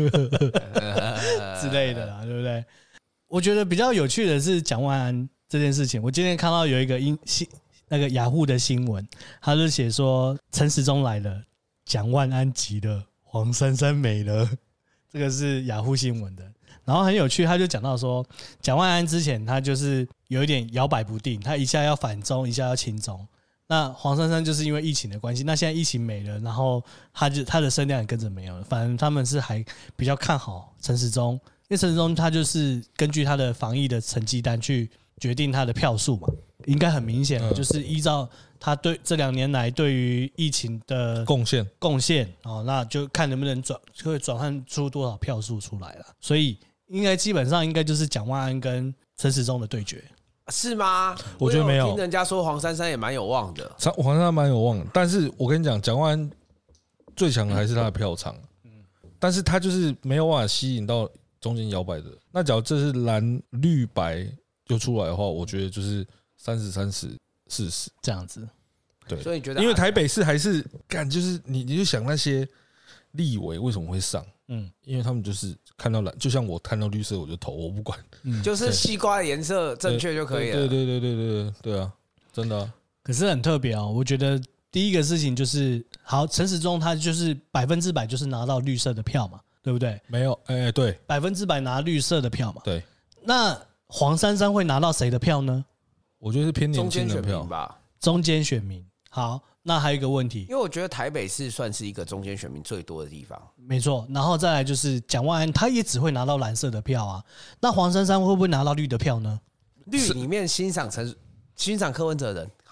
之类的啦，对不对？我觉得比较有趣的是蒋万安这件事情。我今天看到有一个新那个雅虎的新闻，他就写说陈时中来了，蒋万安急了，黄珊珊没了，这个是雅虎新闻的。然后很有趣，他就讲到说，蒋万安之前他就是有一点摇摆不定，他一下要反中，一下要亲中。那黄珊珊就是因为疫情的关系，那现在疫情没了，然后他就他的声量也跟着没有了。反正他们是还比较看好陈时中，因为陈时中他就是根据他的防疫的成绩单去决定他的票数嘛，应该很明显，就是依照他对这两年来对于疫情的贡献贡献哦，那就看能不能转会转换出多少票数出来了。所以应该基本上应该就是蒋万安跟陈时中的对决。 是吗？ 我觉得没有。 听人家说黄珊珊也蛮有望的， 黄珊珊蛮有望的，但是我跟你讲，蒋万安最强的还是他的票仓，但是他就是没有办法吸引到中间摇摆的。那假如这是蓝绿白就出来的话，我觉得就是三十三十四十这样子。 对， 所以你觉得， 因为台北市还是干，就是你你就想那些立委为什么会上？嗯，因为他们就是看到蓝，就像我看到绿色我就投，我不管， 嗯、就是西瓜的颜色正确就可以了。 对对对对对对对啊，真的、啊。 可是很特别哦，我觉得第一个事情就是，好，陈时中他就是百分之百就是拿到绿色的票嘛，对不对？ 没有，哎、欸，对， 百分之百拿绿色的票嘛。 对。 那黄珊珊会拿到谁的票呢？ 我觉得是偏年轻的票吧， 中间选民。好。那还有一个问题， 因为我觉得台北市算是一个中间选民最多的地方， 没错。然后再来就是蒋万安，他也只会拿到蓝色的票啊。那黄珊珊会不会拿到绿的票呢？ 绿里面欣赏陈欣赏柯文哲的人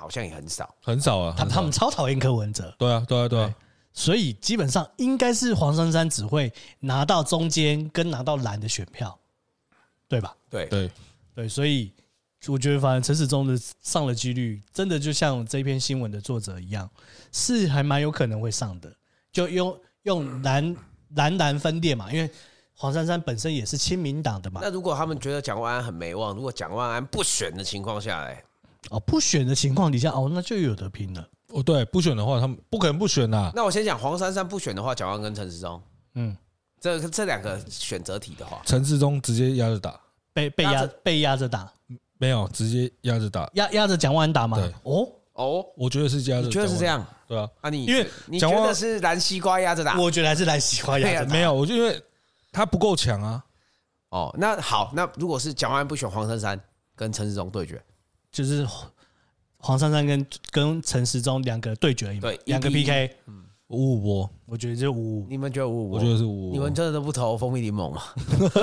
好像也很少， 很少啊。 他他们超讨厌柯文哲， 对啊，对啊，对啊。 所以基本上应该是黄珊珊只会拿到中间跟拿到蓝的选票，对吧？ 对对对，所以我觉得反正陈时中的上的几率，真的就像这篇新闻的作者一样，是还蛮有可能会上的。就用用蓝蓝蓝分裂嘛，因为黄珊珊本身也是亲民党的嘛。 那如果他们觉得蒋万安很没望，如果蒋万安不选的情况下来， 哦，不选的情况底下，哦，那就有得拼了。 哦，对，不选的话，他们不可能不选呐。 那我先讲黄珊珊不选的话，蒋万安跟陈时中， 嗯， 这这两个选择题的话， 陈时中直接压着打， 被被压被压着打， 没有直接压着打， 压压着蒋万安打吗？ 对， 哦哦， 我觉得是压着， 你觉得是这样？ 对啊， 啊你， 因为你觉得是蓝西瓜压着打？ 我觉得还是蓝西瓜压着打。 没有，我就因为他不够强啊。 哦，那好，那如果是蒋万安不选黄珊珊跟陈时中对决， 就是黄珊珊跟跟陈时中两个对决而已嘛， 对， 两个 P K， 嗯，五五波， 我觉得就五五。 你们觉得五五？ 我觉得是五五。 你们真的都不投蜂蜜柠檬吗？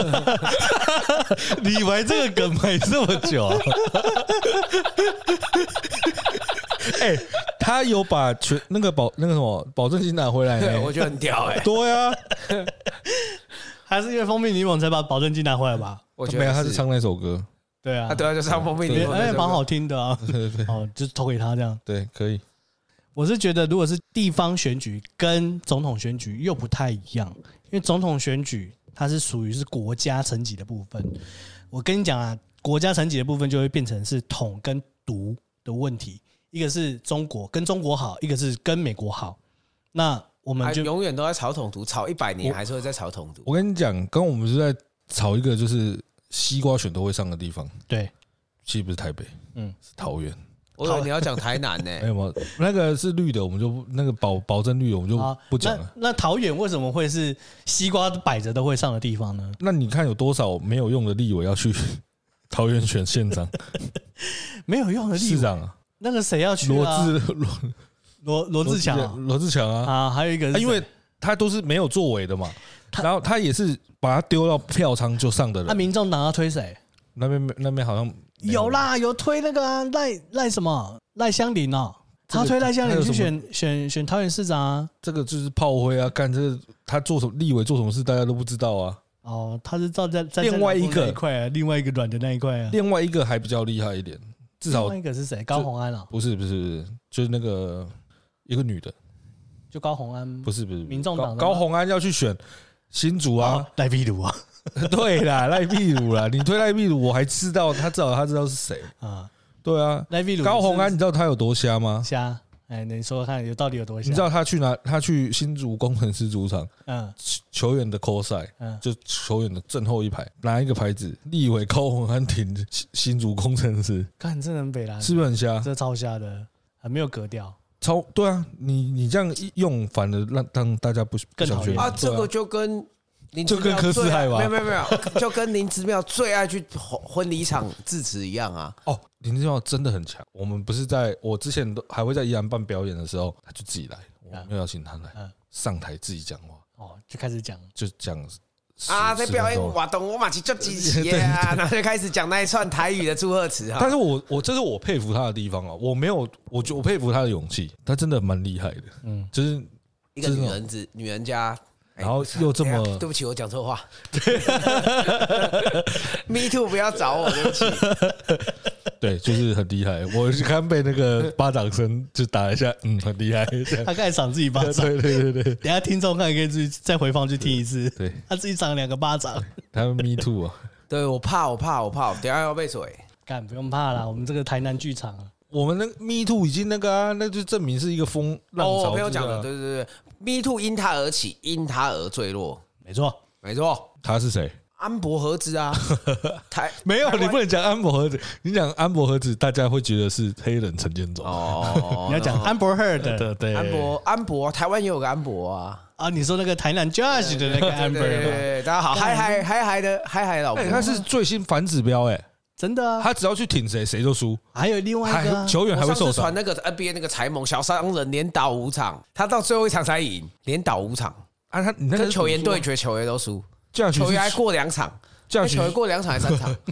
你玩这个梗买这么久、啊？哎、欸，他有把全那个保那个什么保证金拿回来、欸， 我觉得很屌哎、欸。 对啊， 还是因为蜂蜜柠檬才把保证金拿回来吧？ 我觉得没有，他是唱那首歌。 对啊， 啊对啊，就唱蜂蜜柠檬， 哎，蛮好听的啊。 对对对， 哦，就是投给他这样。 对，可以。 我是觉得，如果是地方选举跟总统选举又不太一样，因为总统选举它是属于是国家层级的部分。我跟你讲啊，国家层级的部分就会变成是统跟独的问题，一个是中国跟中国好，一个是跟美国好。那我们就永远都在炒统独，炒一百年还是会在炒统独。 我跟你讲，刚刚我们是在炒一个就是西瓜选都会上的地方， 对， 其实不是台北，嗯，是桃园。 我以为你要讲台南呢、欸， 没有没有，那个是绿的，我们就不那个保保证绿的，我们就不讲了。 那那桃园为什么会是西瓜摆着都会上的地方呢？ 那你看有多少没有用的立委要去桃园选县长？ 没有用的立委市长啊， 那个谁要去罗啊？ 志罗罗罗志强啊， 罗志强啊啊，还有一个是啊，因为他都是没有作为的嘛，然后他也是把他丢到票仓就上的人。 那民众党要推谁？ 那边那边好像有啦，有推那个啊，赖赖什么赖香林哦，他推赖香林去选选选桃园市长啊。 这个就是炮灰啊，干这个他做什么立委做什么事大家都不知道啊。 哦，他是照在在另外一个一块，另外一个软的那一块啊。 另外一个还比较厉害一点，至少另外一个是谁？高虹安啊？ 不是不是不是，就是那个一个女的， 就高虹安？ 不是不是， 民众党高虹安要去选新竹啊， 赖壁如啊。 对啦，赖壁如啦，你推赖壁如，我还知道他至少他知道是谁啊。对啊， 赖壁如高虹安，你知道他有多瞎吗？ 瞎，哎，你说看有到底有多瞎？ 你知道他去哪？他去新竹工程师主场，嗯，球员的 call 赛，嗯，就球员的正后一排拿一个牌子，立委高虹安挺新竹工程师， 看真的很北蓝， 是不是很瞎？ 这超瞎的，很没有格调。 超对啊，你你这样一用，反而让让大家不更讨厌啊，这个就跟。 就跟柯四害吧， 没有没有没有，就跟林之妙最爱去婚礼场致辞一样啊。 哦，林之妙真的很强。我们不是在我之前都还会在宜兰办表演的时候，他就自己来，我没有邀请他来，上台自己讲话。 哦，就开始讲， 就讲啊，在表演活动，我马上就支持啊，然后就开始讲那一串台语的祝贺词啊。 但是我我这是我佩服他的地方啊，我没有，我我佩服他的勇气，他真的蛮厉害的。嗯，就是一个女人子，女人家。 然后又这么， 对不起，我讲错话。Me too， 不要找我，对不起。 对，就是很厉害。我刚被那个巴掌声就打一下，嗯，很厉害。 他开始赏自己巴掌。 对对对对。 等下听众看可以自己再回放去听一次。 对， 他自己赏两个巴掌。 他们 Me too 啊。 对我怕，我怕，我怕，等下要被水。 干不用怕啦，我们这个台南剧场， 我们那 Me too 已经那个啊，那就证明是一个风浪潮。 哦，我朋友讲的，对对对 ，Me too 因他而起，因他而坠落。 没错， 没错。 他是谁？ 安博盒子啊， 台没有，你不能讲安博盒子，你讲安博盒子，大家会觉得是黑人陈建州。 哦，你要讲安博 Heard 的， 对， 安博安博，台湾也有个安博啊。 啊，你说那个台南 Judge 的那个 Amber， 对，大家好，嗨嗨嗨嗨的嗨嗨老婆， 他是最新反指标哎， 真的啊， 他只要去挺谁，谁都输。 还有另外一个球员还会受伤。 传那个 N B A 那个柴蒙小商人连倒五场，他到最后一场才赢，连倒五场啊，他跟球员对决，球员都输，球员还过两场，球员过两场还三场，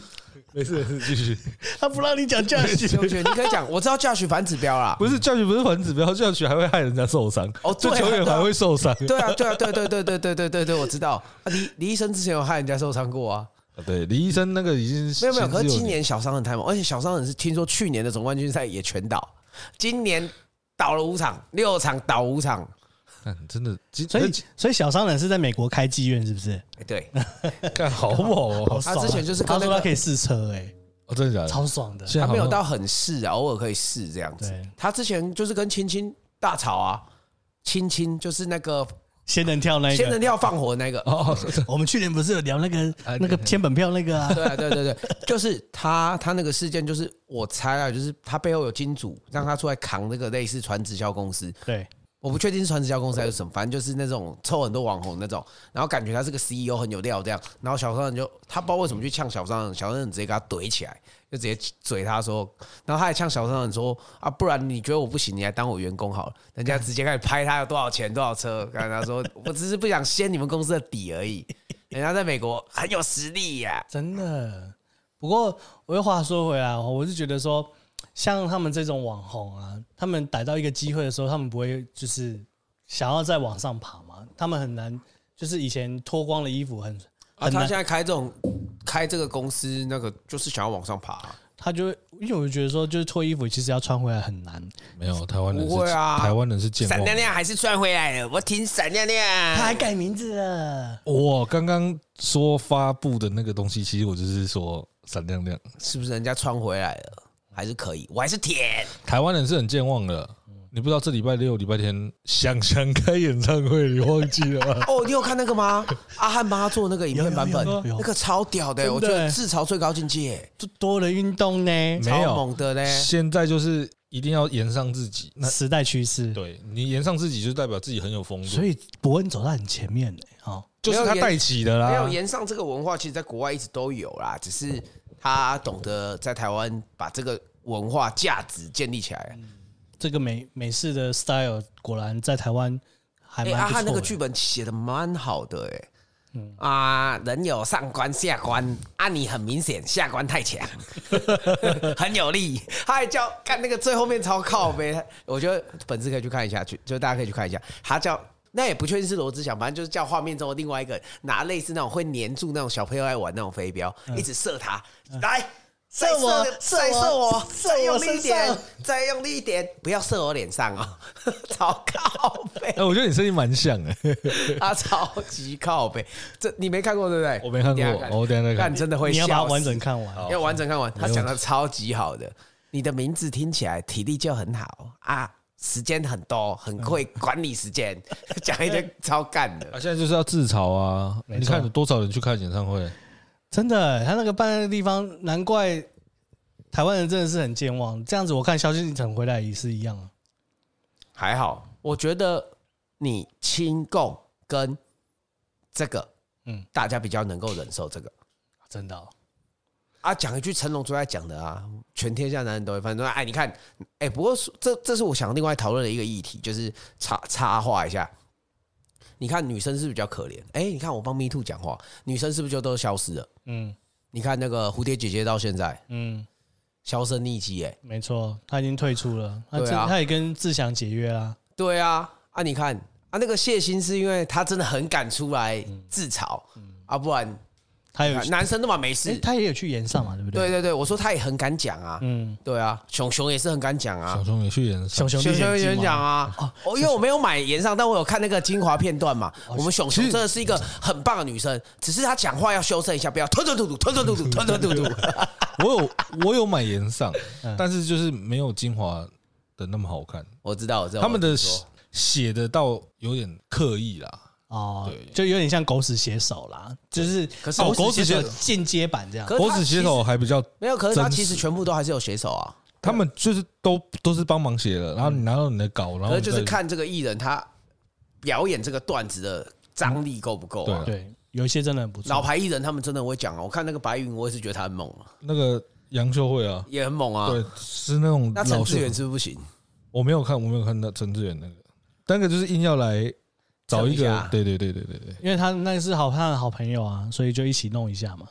没事没事，继续。 他不让你讲教学， 你可以讲。我知道教学反指标啦， 不是教学不是反指标，教学还会害人家受伤。 哦，对、啊， 球员还会受伤。 对啊，对啊，对对对对对对对对，我知道。啊，李李医生之前有害人家受伤过啊。 对，李医生那个已经没有没有，可是今年小商人太猛，而且小商人是听说去年的总冠军赛也全倒，今年倒了五场，六场倒五场。 真的， 所以所以小商人是在美国开妓院，是不是？ 对， 干好猛哦！ 他之前就是他说他可以试车，哎， 哦，真的假的？ 超爽的。 他没有到很试啊，偶尔可以试这样子。他之前就是跟青青大吵啊，青青就是那个仙人跳那个， 仙人跳放火那个。 哦，我们去年不是有聊那个那个签本票那个啊？ 对啊，对对对，就是他他那个事件，就是我猜啊，就是他背后有金主让他出来扛那个类似传直销公司。 对。 我不确定是传直销公司还是什么，反正就是那种凑很多网红那种，然后感觉他是个 C E O 很有料这样，然后小商人就他不知道为什么去呛小商人，小商人直接给他怼起来，就直接嘴他说，然后他还呛小商人说啊，不然你觉得我不行，你来当我员工好了，人家直接开始拍他有多少钱多少车，跟他说我只是不想掀你们公司的底而已，人家在美国很有实力呀、啊， 真的。不过我又话说回来，我是觉得说。像他们这种网红啊，他们逮到一个机会的时候，他们不会就是想要再往上爬嘛？他们很难，就是以前脱光了衣服很很难。啊、他现在开这种开这个公司，那个就是想要往上爬、啊。 他就因为我觉得说，就是脱衣服其实要穿回来很难。 没有台湾人不会啊， 台湾人是健忘。 闪亮亮还是穿回来了，我挺闪亮亮。 他还改名字了。 我刚刚说发布的那个东西，其实我就是说闪亮亮， 是不是人家穿回来了？还是可以，我还是舔。 台湾人是很健忘的，你不知道这礼拜六、礼拜天想想开演唱会，你忘记了吗？ 哦，你有看那个吗？阿汉帮他做那个影片版本，那个超屌的，我觉得自嘲最高境界， 就多了运动呢， 没有猛的呢。 现在就是一定要延上自己， 时代趋势。 对你延上自己，就代表自己很有风度。 所以伯恩走在很前面呢，哦， 就是他带起的啦。 没有延上这个文化，其实在国外一直都有啦，只是。他懂得在台湾把这个文化价值建立起来、嗯， 这个美美式的 style 果然在台湾还蛮不错的。 阿汉那个剧本写的蛮好的哎、欸，嗯啊，人有上官下官，啊你很明显下官太强，很有力。他还叫看那个最后面超靠北，我觉得粉丝可以去看一下，去就大家可以去看一下，他叫。那也不确定是罗志祥，反正就是叫画面中的另外一个拿类似那种会黏住那种小朋友爱玩那种飞镖，嗯、一直射他，嗯、来射我， 再射我，再用力一点，再用力一点，不要射我脸上哦，超靠北。 哎，我觉得你声音蛮像的， 他超级靠北。这你没看过对不对？ 我没看过，我等一下再看。 你真的会你要把它完整看完， 要完整看完。他讲的超级好的，你的名字听起来体力就很好啊。时间很多，很会管理时间，讲一堆超干的。 啊，现在就是要自嘲啊！你看有多少人去看演唱会？ 真的，他那个办那个地方，难怪台湾人真的是很健忘。这样子，我看萧敬腾回来也是一样啊。 还好，我觉得你亲共跟这个，嗯，大家比较能够忍受这个， 真的、哦。 啊，讲一句成龙最爱讲的啊，全天下男人都会犯错。哎，你看，哎，不过这这是我想另外讨论的一个议题，就是插插话一下。你看女生是不是比较可怜？哎，你看我帮 Me Too 讲话，女生是不是就都消失了？嗯，你看那个蝴蝶姐姐到现在，嗯，销声匿迹，哎， 没错，她已经退出了，她对啊， 她也跟志祥解约啦。 对啊，啊，你看啊，那个谢欣是因为她真的很敢出来自嘲，嗯、啊，不然。 他有男生都嘛没事， 他也有去演上嘛，对不对？ 对对对，我说他也很敢讲啊，嗯，对啊，熊熊也是很敢讲啊， 熊熊也去演上，熊熊熊也讲啊，哦，因为我没有买演上，但我有看那个精华片段嘛。我们熊熊真的是一个很棒的女生，只是她讲话要修正一下，不要吞吞吐吐，吞吞吐吐，吞吞吐吐。 我有我有买演上，但是就是没有精华的那么好看。 我知道，我知道， 他们的写的倒有点刻意啦。 哦，就有点像狗屎写手啦，就是可是狗屎写手间接版这样。 狗屎写手还比较没有，可是他其实全部都还是有写手啊。 他们就是都都是帮忙写的，然后你拿到你的稿，然后就是看这个艺人他表演这个段子的张力够不够啊？ 对，有一些真的很不错。 老牌艺人他们真的会讲啊，我看那个白云，我也是觉得他很猛啊。 那个杨秀慧啊， 也很猛啊。 对，是那种。 那陈志远是不是不行？ 我没有看，我没有看到陈志远那个，那个就是硬要来。找一个，对对对对对对， 因为他那是好他的好朋友啊，所以就一起弄一下嘛。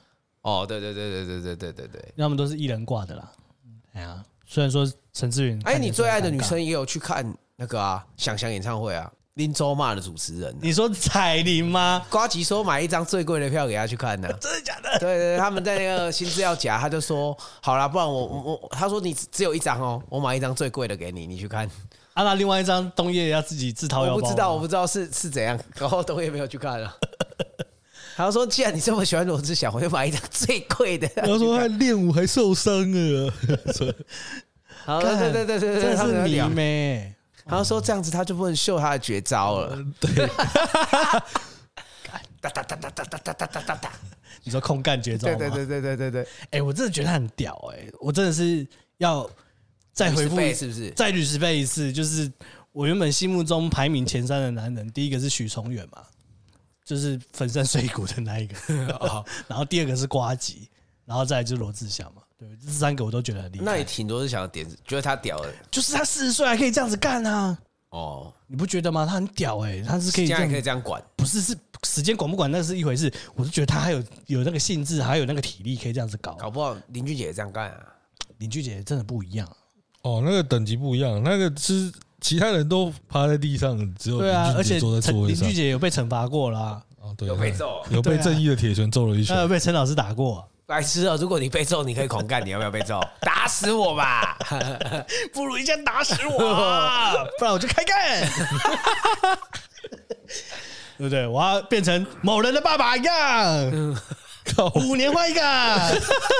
哦，对对对对对对对对对， 他们都是艺人挂的啦。哎呀，虽然说陈志远， 哎，你最爱的女生也有去看那个啊，想想演唱会啊，林州骂的主持人、啊， 你说彩铃吗？ 呱吉说买一张最贵的票给他去看呢、啊， 真的假的？ 对对对，他们在那个新资料夹，他就说好啦，不然我我我，他说你只有一张哦，我买一张最贵的给你，你去看。 啊，那另外一张东野要自己自掏腰包。 我不知道，我不知道是是怎样，然后东野没有去看啊。他说：“既然你这么喜欢罗志祥，我就买一张最贵的。” 他说他练舞还受伤了。 好，对对对对对， 这是迷妹。 他说这样子他就不能秀他的绝招了。对。哒哒哒哒哒哒哒哒哒哒。 你说空干绝招吗？ 对对对对对对对。 哎，我真的觉得他很屌哎、欸，我真的是要再回复， 是不是？ 再捋十倍一次，就是我原本心目中排名前三的男人，第一个是许崇远嘛。就是粉身碎骨的那一个，然后第二个是呱吉，然后再来就是罗志祥嘛，对，这三个我都觉得很厉害。 那你挺罗志祥的点子，觉得他屌的， 就是他四十岁还可以这样子干啊！ 哦， 你不觉得吗？他很屌哎、欸，他是可以这样可以这样管， 不是是时间管不管那是一回事，我是觉得他还有有那个兴致，还有那个体力可以这样子搞。 搞不好林俊杰也这样干啊！ 林俊杰真的不一样哦，那个等级不一样，那个是。其他人都趴在地上，只有林俊杰坐在座位上。 林俊杰有被惩罚过啦、啊， 哦，对， 有被揍， 有被正义的铁拳揍了一拳， 他有被陈老师打过。 白痴哦！如果你被揍，你可以狂干，你要不要被揍？打死我吧！ 不如一下打死我，不然我就开干。对不对？我要变成某人的爸爸一样，五年换一个。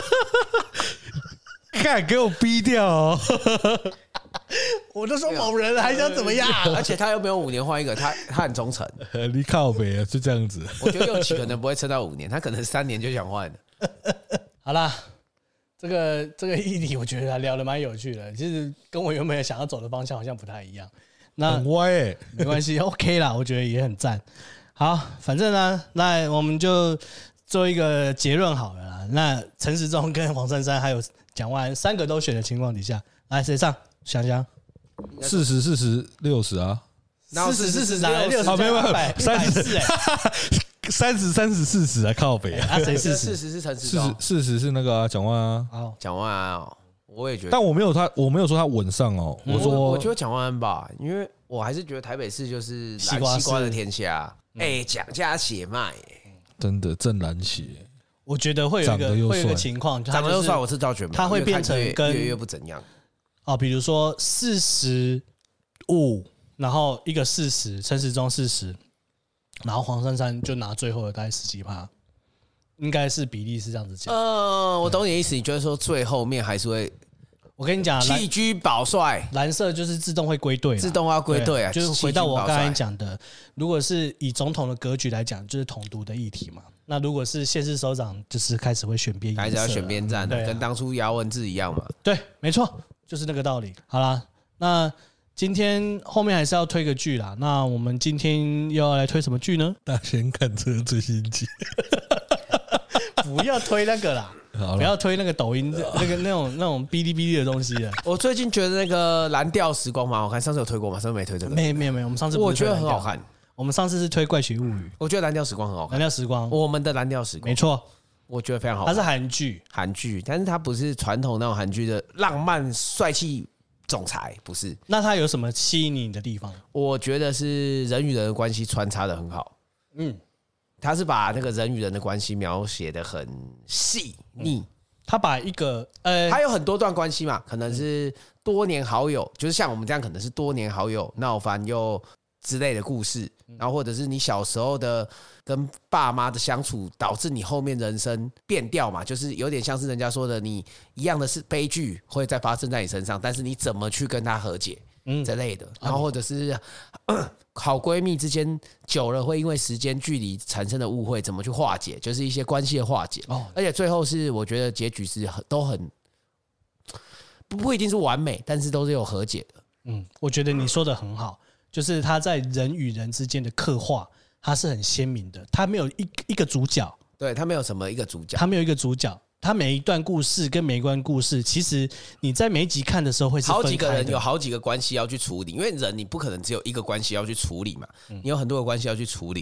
看，给我逼掉、哦！ 我都说某人还想怎么样？ 而且他又没有五年换一个，他他很忠诚。 你靠北啊，就这样子。 我觉得佑启可能不会撑到五年，他可能三年就想换了。 好啦，这个这个议题我觉得聊得蛮有趣的，其实跟我原本想要走的方向好像不太一样。那很歪哎、欸， 没关系 ，OK 啦，我觉得也很赞。好，反正呢，那我们就做一个结论好了啦。那陈时中跟黄珊珊还有蒋万安三个都选的情况底下，来谁上？想想， 四十、四十、六十啊， 四十、四十、六十， 没有没有，三十、三十、三十、四十啊，靠北啊！ 谁四十？ 四十是陈时中， 四十是那个蒋万安啊， 蒋万安哦，我也觉得， 但我没有他，我没有说他稳上哦，我说我觉得蒋万安吧，因为我还是觉得台北市就是西瓜西瓜的天下，哎，蒋家血脉， 真的正蓝血。 我觉得会有一个会有一个情况， 长得又帅，我是倒觉得他会变成跟越越不怎样。 哦，比如说四十五，然后一个四十，陈时中四十，然后黄珊珊就拿最后的大概十几趴，应该是比例是这样子讲。 呃，我懂你的意思，你觉得说最后面还是会， 我跟你讲， 弃车保帅， 蓝色就是自动会归队， 自动要归队啊。 就是回到我刚才讲的，如果是以总统的格局来讲，就是统独的议题嘛。那如果是县市首长，就是开始会选边， 开始要选边站的， 啊、 跟当初姚文智一样嘛。 对，没错，就是那个道理。好啦，那今天后面还是要推个剧啦。那我们今天又要来推什么剧呢？ 大仙看车最新集。 不要推那个啦，不要推那个抖音那个那种那种哔哩哔哩的东西了。 我最近觉得那个蓝调时光蛮好看，上次有推过吗？上次没推这个。 没没有没有，我们上次我觉得很好看。 我们上次是推《怪奇物语》， 我觉得蓝调时光很好看。 蓝调时光， 我们的蓝调时光， 没错， 我觉得非常好看。 它是韩剧， 韩剧，但是它不是传统那种韩剧的浪漫帅气总裁，不是。 那它有什么吸引你的地方？ 我觉得是人与人的关系穿插的很好。嗯，他是把那个人与人的关系描写的很细腻。 他把一个呃， 他有很多段关系嘛，可能是多年好友，就是像我们这样，可能是多年好友闹翻又之类的故事，然后或者是你小时候的跟爸妈的相处，导致你后面人生变调嘛，就是有点像是人家说的，你一样的是悲剧会再发生在你身上，但是你怎么去跟他和解，嗯之类的，然后或者是好闺蜜之间久了会因为时间距离产生的误会，怎么去化解，就是一些关系的化解。哦，而且最后是我觉得结局是很都很不不一定是完美，但是都是有和解的。 嗯，我觉得你说的很好。就是他在人与人之间的刻画，他是很鲜明的。他没有一一个主角， 对他没有什么一个主角， 他没有一个主角。他每一段故事跟每一段故事，其实你在每一集看的时候会是好几个人有好几个关系要去处理，因为人你不可能只有一个关系要去处理嘛，你有很多个关系要去处理。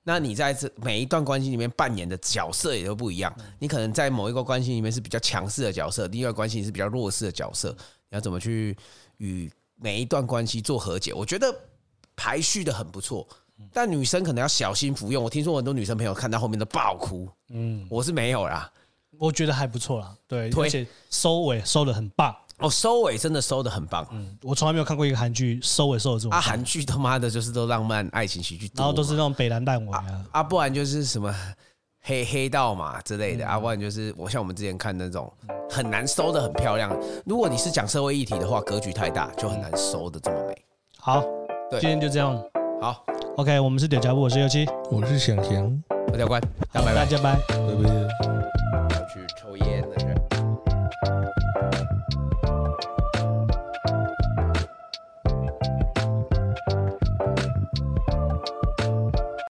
那你在这每一段关系里面扮演的角色也都不一样。你可能在某一个关系里面是比较强势的角色，另一个关系是比较弱势的角色。你要怎么去与每一段关系做和解？我觉得排序的很不错，但女生可能要小心服用。我听说很多女生朋友看到后面都爆哭，嗯，我是没有啦。 我觉得还不错啦，对，而且收尾收的很棒。 哦，收尾真的收的很棒。 嗯，我从来没有看过一个韩剧收尾收的这么棒。 啊，韩剧他妈的就是都浪漫爱情喜剧， 然后都是那种北蓝淡尾啊， 啊，啊不然就是什么黑黑道嘛之类的，嗯、啊，不然就是我像我们之前看那种很难收的很漂亮。如果你是讲社会议题的话，格局太大，就很难收的这么美。 好，对，今天就这样。 好 ，OK， 我们是屌家部，我是六七， 我是想翔， 我教官， 大家拜拜， 拜拜。 要去抽烟。